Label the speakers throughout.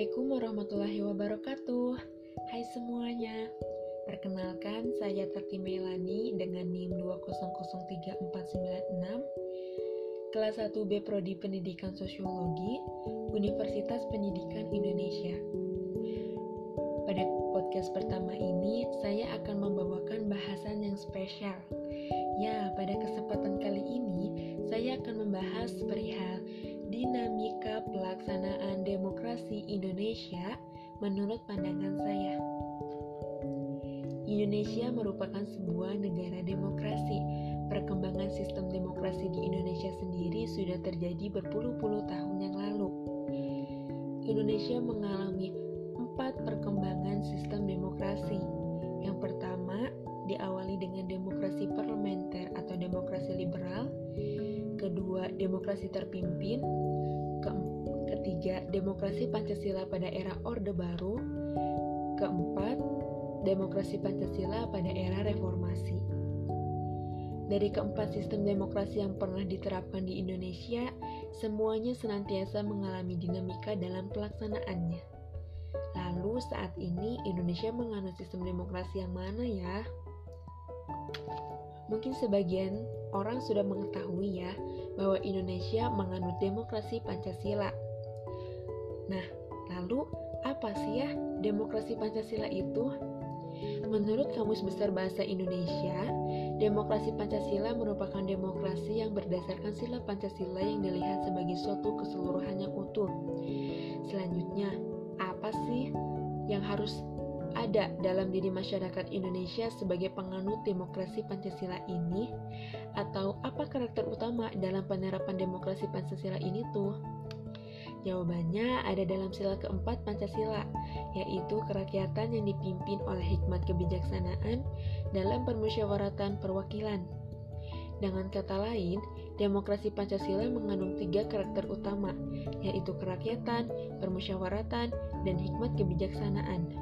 Speaker 1: Assalamualaikum warahmatullahi wabarakatuh. Hai semuanya. Perkenalkan, saya Tati Melani dengan NIM 2003496, kelas 1B Prodi Pendidikan Sosiologi, Universitas Pendidikan Indonesia. Pada podcast pertama ini, saya akan membawakan bahasan yang spesial. Ya, pada kesempatan kali ini, saya akan membahas perihal dinamika pelaksanaan demokrasi Indonesia menurut pandangan saya. Indonesia merupakan sebuah negara demokrasi. Perkembangan sistem demokrasi di Indonesia sendiri sudah terjadi berpuluh-puluh tahun yang lalu. Indonesia mengalami 4 perkembangan sistem demokrasi. Yang pertama, diawali dengan demokrasi parlementer atau demokrasi liberal. Kedua, demokrasi terpimpin. Ketiga, demokrasi Pancasila pada era Orde Baru. Keempat, demokrasi Pancasila pada era reformasi. Dari keempat sistem demokrasi yang pernah diterapkan di Indonesia, semuanya senantiasa mengalami dinamika dalam pelaksanaannya. Lalu saat ini Indonesia menganut sistem demokrasi yang mana ya? Mungkin sebagian orang sudah mengetahui ya bahwa Indonesia menganut demokrasi Pancasila. Nah, lalu apa sih ya demokrasi Pancasila itu? Menurut Kamus Besar Bahasa Indonesia, demokrasi Pancasila merupakan demokrasi yang berdasarkan sila Pancasila yang dilihat sebagai suatu keseluruhan yang utuh. Selanjutnya, apa sih yang harus ada dalam diri masyarakat Indonesia sebagai penganut demokrasi Pancasila ini? Atau apa karakter utama dalam penerapan demokrasi Pancasila ini tuh? Jawabannya ada dalam sila keempat Pancasila, yaitu kerakyatan yang dipimpin oleh hikmat kebijaksanaan dalam permusyawaratan perwakilan. Dengan kata lain, demokrasi Pancasila mengandung 3 karakter utama, yaitu kerakyatan, permusyawaratan, dan hikmat kebijaksanaan.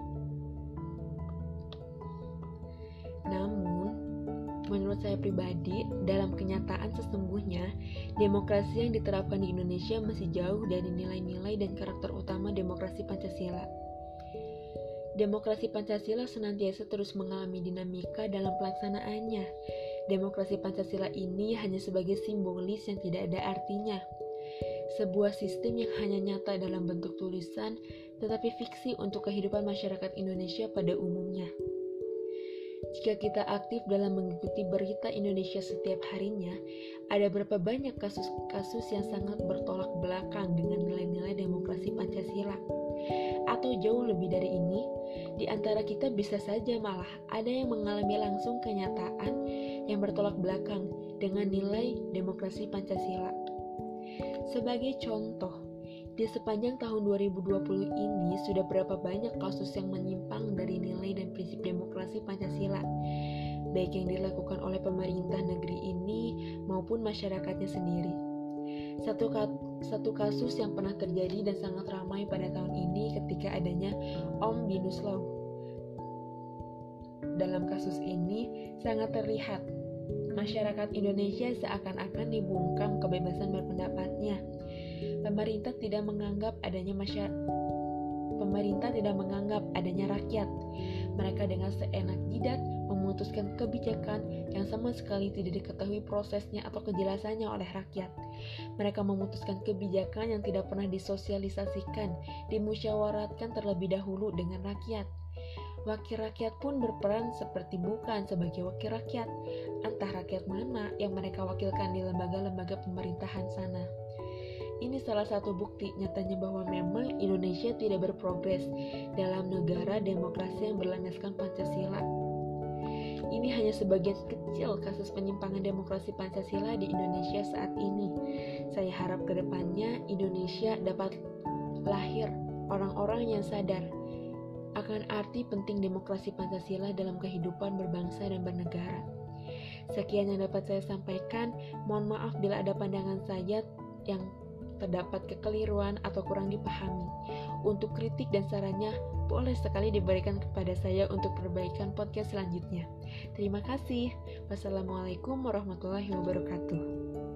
Speaker 1: Namun, menurut saya pribadi, dalam kenyataan sesungguhnya, demokrasi yang diterapkan di Indonesia masih jauh dari nilai-nilai dan karakter utama demokrasi Pancasila. Demokrasi Pancasila senantiasa terus mengalami dinamika dalam pelaksanaannya. Demokrasi Pancasila ini hanya sebagai simbolis yang tidak ada artinya. Sebuah sistem yang hanya nyata dalam bentuk tulisan, tetapi fiksi untuk kehidupan masyarakat Indonesia pada umumnya. Jika kita aktif dalam mengikuti berita Indonesia setiap harinya, ada berapa banyak kasus-kasus yang sangat bertolak belakang dengan nilai-nilai demokrasi Pancasila. Atau jauh lebih dari ini, di antara kita bisa saja malah ada yang mengalami langsung kenyataan yang bertolak belakang dengan nilai demokrasi Pancasila. Sebagai contoh, di sepanjang tahun 2020 ini sudah berapa banyak kasus yang menyimpang dari nilai dan prinsip demokrasi Pancasila, baik yang dilakukan oleh pemerintah negeri ini maupun masyarakatnya sendiri. Satu kasus yang pernah terjadi dan sangat ramai pada tahun ini ketika adanya Omnibus Law. Dalam kasus ini sangat terlihat masyarakat Indonesia seakan-akan dibungkam kebebasan berpendapatnya. Pemerintah tidak menganggap adanya rakyat. Mereka dengan seenak jidat memutuskan kebijakan yang sama sekali tidak diketahui prosesnya atau kejelasannya oleh rakyat. Mereka memutuskan kebijakan yang tidak pernah disosialisasikan, dimusyawaratkan terlebih dahulu dengan rakyat. Wakil rakyat pun berperan seperti bukan sebagai wakil rakyat. Entah rakyat mana yang mereka wakilkan di lembaga-lembaga pemerintahan sana. Ini salah satu bukti nyatanya bahwa memang Indonesia tidak berprogres dalam negara demokrasi yang berlandaskan Pancasila. Ini hanya sebagian kecil kasus penyimpangan demokrasi Pancasila di Indonesia saat ini. Saya harap ke depannya Indonesia dapat lahir orang-orang yang sadar akan arti penting demokrasi Pancasila dalam kehidupan berbangsa dan bernegara. Sekian yang dapat saya sampaikan. Mohon maaf bila ada pandangan saya yang terdapat kekeliruan atau kurang dipahami. Untuk kritik dan sarannya boleh sekali diberikan kepada saya untuk perbaikan podcast selanjutnya. Terima kasih. Wassalamualaikum warahmatullahi wabarakatuh.